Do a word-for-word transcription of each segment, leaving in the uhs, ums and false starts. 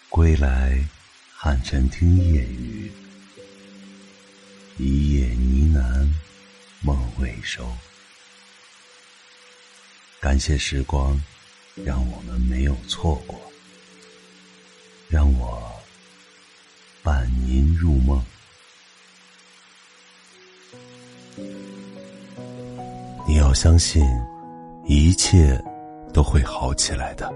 归来汉晨听夜雨，一夜呢喃梦未收。感谢时光让我们没有错过，让我伴您入梦。你要相信一切都会好起来的。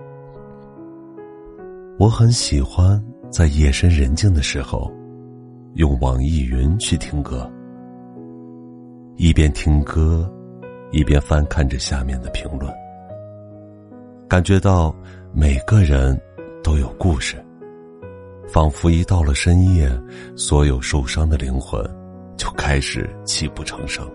我很喜欢在夜深人静的时候用网易云去听歌，一边听歌一边翻看着下面的评论，感觉到每个人都有故事，仿佛一到了深夜，所有受伤的灵魂就开始泣不成声。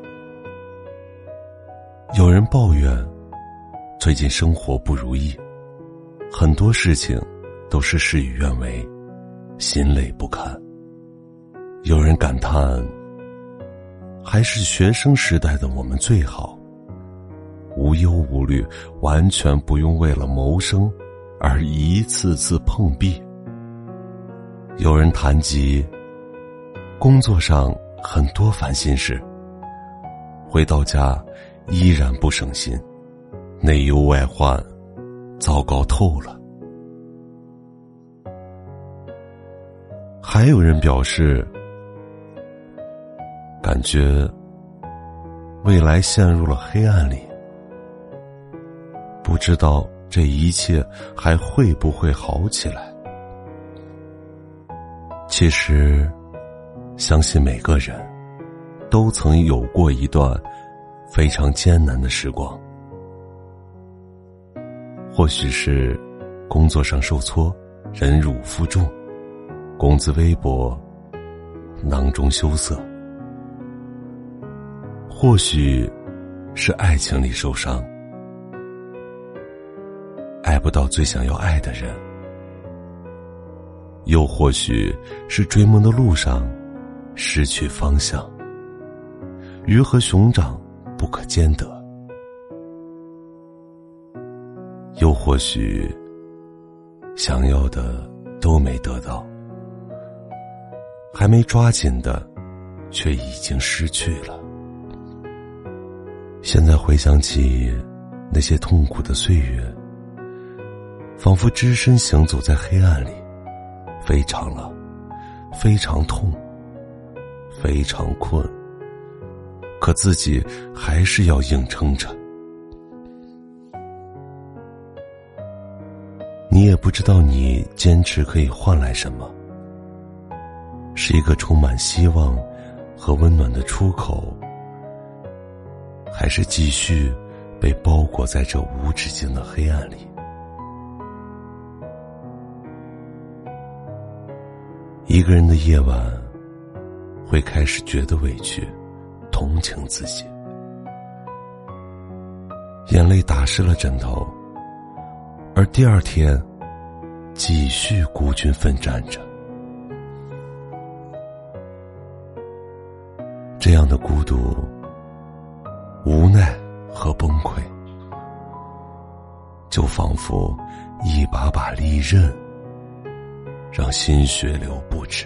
有人抱怨最近生活不如意，很多事情都是事与愿违，心累不堪。有人感叹还是学生时代的我们最好，无忧无虑，完全不用为了谋生而一次次碰壁。有人谈及工作上很多烦心事，回到家依然不省心，内忧外患，糟糕透了。还有人表示感觉未来陷入了黑暗里，不知道这一切还会不会好起来。其实相信每个人都曾有过一段非常艰难的时光，或许是工作上受挫，忍辱负重，工资微薄，囊中羞涩；或许是爱情里受伤，爱不到最想要爱的人；又或许是追梦的路上失去方向，鱼和熊掌不可兼得；又或许想要的都没得到，还没抓紧的却已经失去了。现在回想起那些痛苦的岁月，仿佛只身行走在黑暗里，非常冷，非常痛，非常困，可自己还是要硬撑着。你也不知道你坚持可以换来什么，是一个充满希望和温暖的出口，还是继续被包裹在这无止境的黑暗里。一个人的夜晚会开始觉得委屈，同情自己，眼泪打湿了枕头，而第二天继续孤军奋战着。这样的孤独、无奈和崩溃，就仿佛一把把利刃，让心血流不止，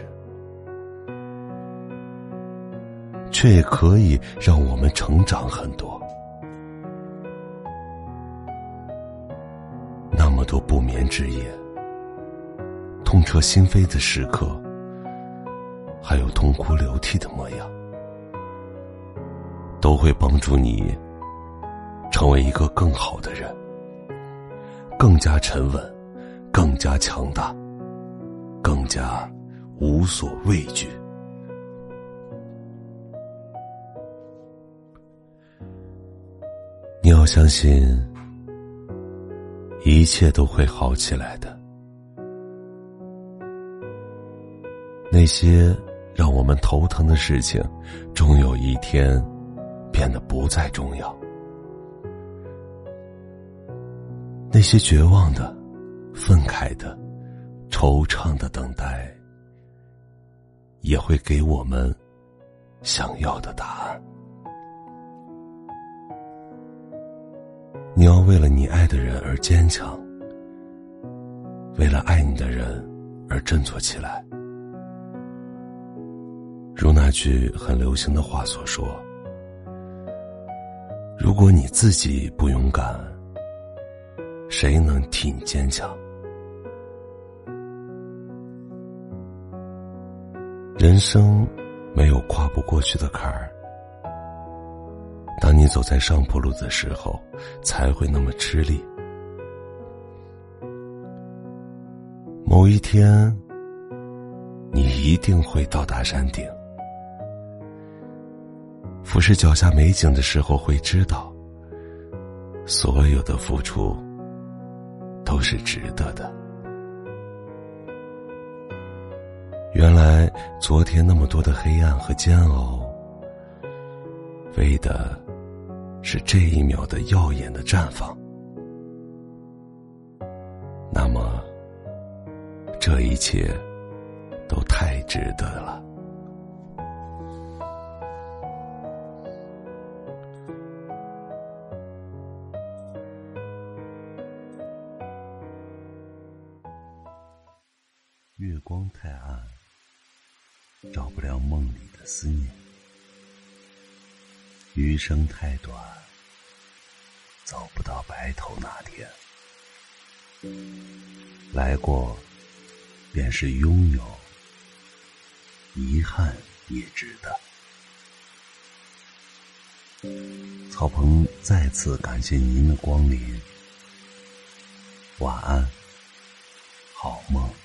却也可以让我们成长很多。那么多不眠之夜，痛彻心扉的时刻，还有痛哭流涕的模样，都会帮助你成为一个更好的人，更加沉稳，更加强大，更加无所畏惧。你要相信一切都会好起来的。那些让我们头疼的事情，终有一天变得不再重要。那些绝望的、愤慨的、惆怅的等待，也会给我们想要的答案。你要为了你爱的人而坚强，为了爱你的人而振作起来。如那句很流行的话所说，如果你自己不勇敢，谁能替你坚强？人生没有跨不过去的坎儿，当你走在上坡路的时候，才会那么吃力。某一天，你一定会到达山顶。俯视脚下美景的时候，会知道，所有的付出都是值得的。原来，昨天那么多的黑暗和煎熬，为的是这一秒的耀眼的绽放。那么，这一切都太值得了。月光太暗，照不了梦里的思念；余生太短，走不到白头那天。来过便是拥有，遗憾也值得。草鹏再次感谢您的光临，晚安，好梦。